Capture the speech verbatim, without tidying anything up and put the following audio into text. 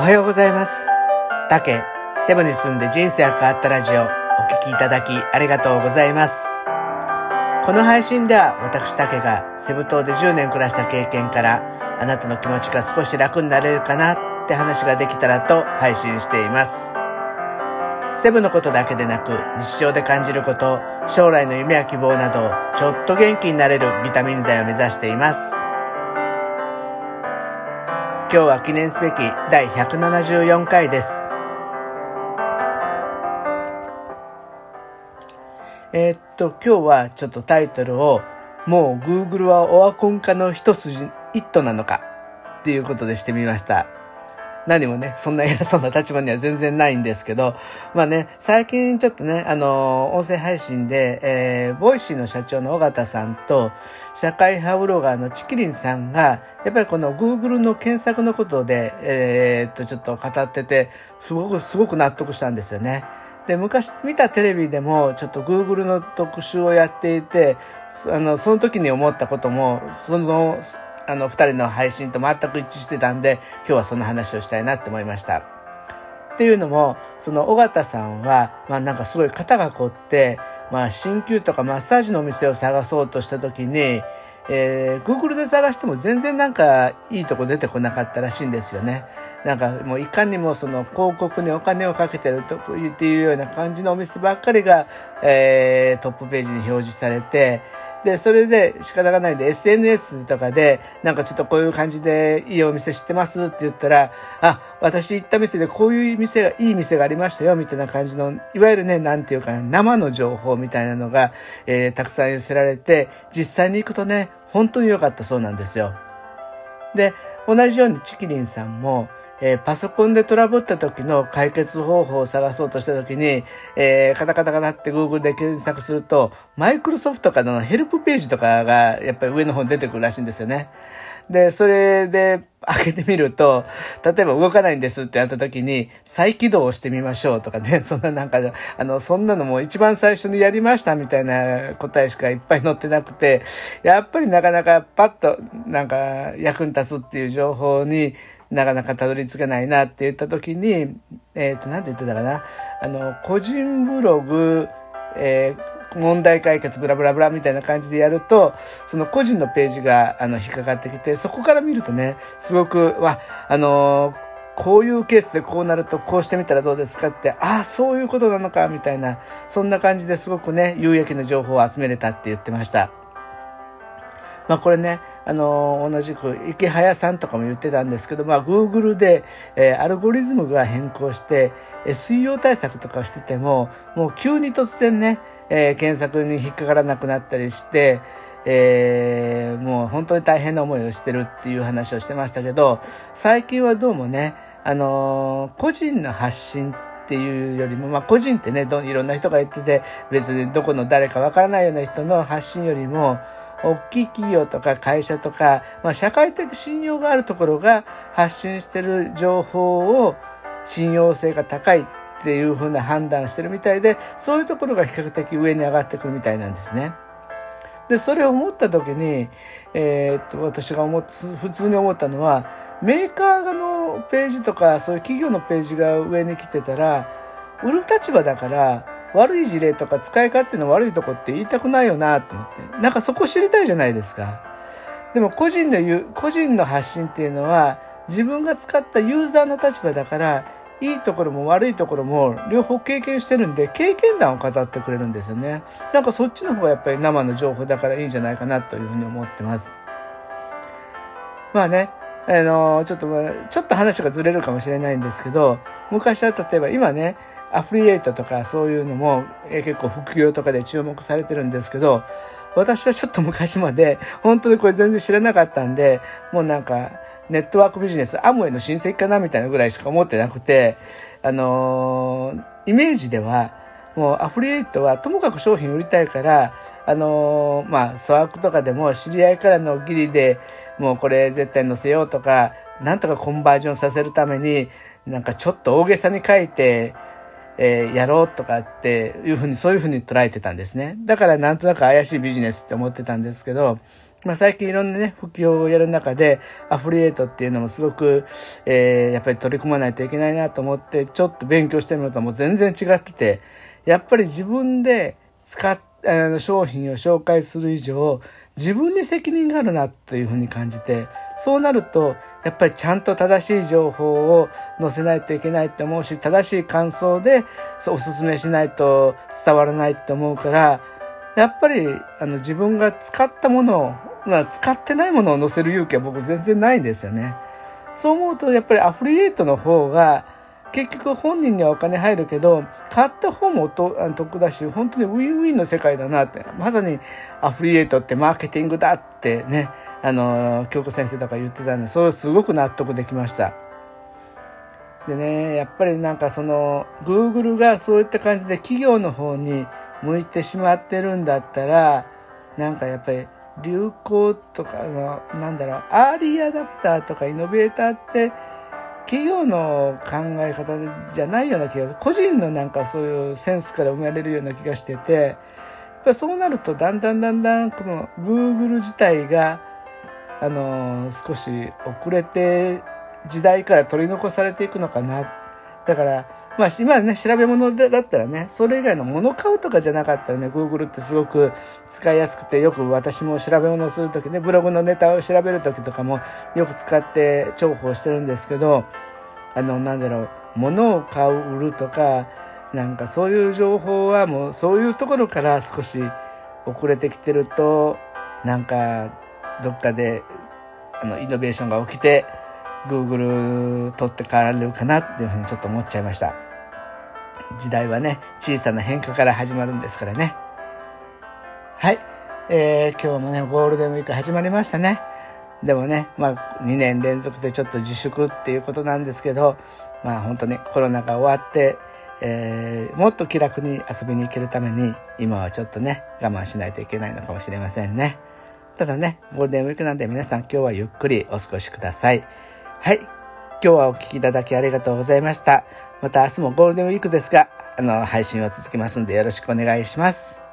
はようございます。タケ、セブに住んで人生が変わったラジオ、お聞きいただきありがとうございます。この配信では私タケがセブ島でじゅうねん暮らした経験から、あなたの気持ちが少し楽になれるかなって話ができたらと配信しています。セブのことだけでなく、日常で感じること、将来の夢や希望など、ちょっと元気になれるビタミン剤を目指しています。今日は記念すべきだいひゃくななじゅうよんかいです。えー、っと今日はちょっとタイトルをもう Google はオワコン化の一筋一途なのかっていうことでしてみました。何もね、そんな偉そうな立場には全然ないんですけど、まあね、最近ちょっとね、あの、音声配信で、えー、ボイシーの社長の尾形さんと、社会派ブロガーのチキリンさんが、やっぱりこの Google の検索のことで、えー、っと、ちょっと語ってて、すごく、すごく納得したんですよね。で、昔見たテレビでも、ちょっと Google の特集をやっていて、あの、その時に思ったことも、その、あの二人の配信と全く一致してたんで、今日はその話をしたいなって思いました。っていうのも、その尾形さんは、まあなんかすごい肩が凝って、まあ鍼灸とかマッサージのお店を探そうとした時に、えー、Google で探しても全然なんかいいとこ出てこなかったらしいんですよね。なんかもういかにもその広告にお金をかけてるとっていうような感じのお店ばっかりが、えー、トップページに表示されて、で、それで仕方がないんで エスエヌエス とかでなんかちょっとこういう感じでいいお店知ってますって言ったら、あ、私行った店でこういう店が、いい店がありましたよみたいな感じの、いわゆるね、なんていうか生の情報みたいなのが、えー、たくさん寄せられて、実際に行くとね、本当に良かったそうなんですよ。で、同じようにチキリンさんも、えー、パソコンでトラブった時の解決方法を探そうとした時に、えー、カタカタカタって Google で検索すると、マイクロソフトからのヘルプページとかがやっぱり上の方に出てくるらしいんですよね。で、それで開けてみると、例えば動かないんですってなった時に、再起動をしてみましょうとかね、そんななんか、あの、そんなのも一番最初にやりましたみたいな答えしかいっぱい載ってなくて、やっぱりなかなかパッとなんか役に立つっていう情報に、なかなかたどり着けないなって言った時に、えっと、なんて言ってたかな。あの、個人ブログ、えー、問題解決ブラブラブラみたいな感じでやると、その個人のページが、あの、引っかかってきて、そこから見るとね、すごく、わ、あのー、こういうケースでこうなるとこうしてみたらどうですかって、ああ、そういうことなのか、みたいな、そんな感じですごくね、有益な情報を集めれたって言ってました。まあこれね、あのー、同じく池早さんとかも言ってたんですけど、まあ Google で、えー、アルゴリズムが変更して、エスイーオー 対策とかしてても、もう急に突然ね、えー、検索に引っかからなくなったりして、えー、もう本当に大変な思いをしてるっていう話をしてましたけど、最近はどうもね、あのー、個人の発信っていうよりも、まあ個人ってね、どいろんな人が言ってて、別にどこの誰かわからないような人の発信よりも、大きい企業とか会社とか、まあ、社会的信用があるところが発信している情報を信用性が高いっていうふうな判断してるみたいで、そういうところが比較的上に上がってくるみたいなんですね。で、それを思った時に、えー、っと私が思っ普通に思ったのは、メーカーのページとかそういう企業のページが上に来てたら、売る立場だから悪い事例とか使い勝手の悪いとこって言いたくないよなと思って。なんかそこ知りたいじゃないですか。でも個人の言う、個人の発信っていうのは自分が使ったユーザーの立場だから、いいところも悪いところも両方経験してるんで、経験談を語ってくれるんですよね。なんかそっちの方がやっぱり生の情報だからいいんじゃないかなというふうに思ってます。まあね、あの、ちょっと、ちょっと話がずれるかもしれないんですけど、昔は例えば今ね、アフィリエイトとかそういうのも、えー、結構副業とかで注目されてるんですけど、私はちょっと昔まで本当にこれ全然知らなかったんで、もうなんかネットワークビジネスアムウェイの親戚かなみたいなぐらいしか思ってなくて、あのー、イメージではもうアフィリエイトはともかく商品売りたいから、あのー、まあ粗悪とかでも知り合いからの義理でもうこれ絶対載せようとか、なんとかコンバージョンさせるためになんかちょっと大げさに書いてえー、やろうとかっていうふうに、そういうふうに捉えてたんですね。だからなんとなく怪しいビジネスって思ってたんですけど、 まあ、最近いろんなね、普及をやる中で、アフリエイトっていうのもすごく、えー、やっぱり取り組まないといけないなと思って、ちょっと勉強してみるともう全然違ってて、やっぱり自分で使っ、あの商品を紹介する以上、自分に責任があるなというふうに感じて、そうなると、やっぱりちゃんと正しい情報を載せないといけないと思うし、正しい感想でおすすめしないと伝わらないと思うから、やっぱりあの自分が使ったものを、まあ、使ってないものを載せる勇気は僕全然ないんですよね。そう思うとやっぱりアフリエイトの方が結局本人にはお金入るけど、買った方も得だし、本当にウィンウィンの世界だなって。まさにアフリエイトってマーケティングだってね、あの京子先生とか言ってたんで、それすごく納得できました。でね、やっぱりなんかその Google がそういった感じで企業の方に向いてしまってるんだったら、なんかやっぱり流行とかのなんだろう、アーリーアダプターとかイノベーターって企業の考え方じゃないような気が、個人のなんかそういうセンスから生まれるような気がしてて、やっぱりそうなるとだんだんだんだんこの Google 自体があの少し遅れて時代から取り残されていくのかな。だからまあ今ね、調べ物だったらね、それ以外の物買うとかじゃなかったらね、Google ってすごく使いやすくて、よく私も調べ物をするときね、ブログのネタを調べるときとかもよく使って重宝してるんですけど、あのなんだろう、物を買う、売るとか、なんかそういう情報はもうそういうところから少し遅れてきてると、なんかどっかであのイノベーションが起きて Google 取って代わられるかなっていうふうにちょっと思っちゃいました。時代はね、小さな変化から始まるんですからね。はい、えー、今日もねゴールデンウィーク始まりましたね。でもね、まあにねん連続でちょっと自粛っていうことなんですけど、まあ本当にコロナが終わって、えー、もっと気楽に遊びに行けるために今はちょっとね我慢しないといけないのかもしれませんね。ただね、ゴールデンウィークなんで皆さん今日はゆっくりお過ごしください。はい、今日はお聞きいただきありがとうございました。また明日もゴールデンウィークですが、あの配信は続きますんでよろしくお願いします。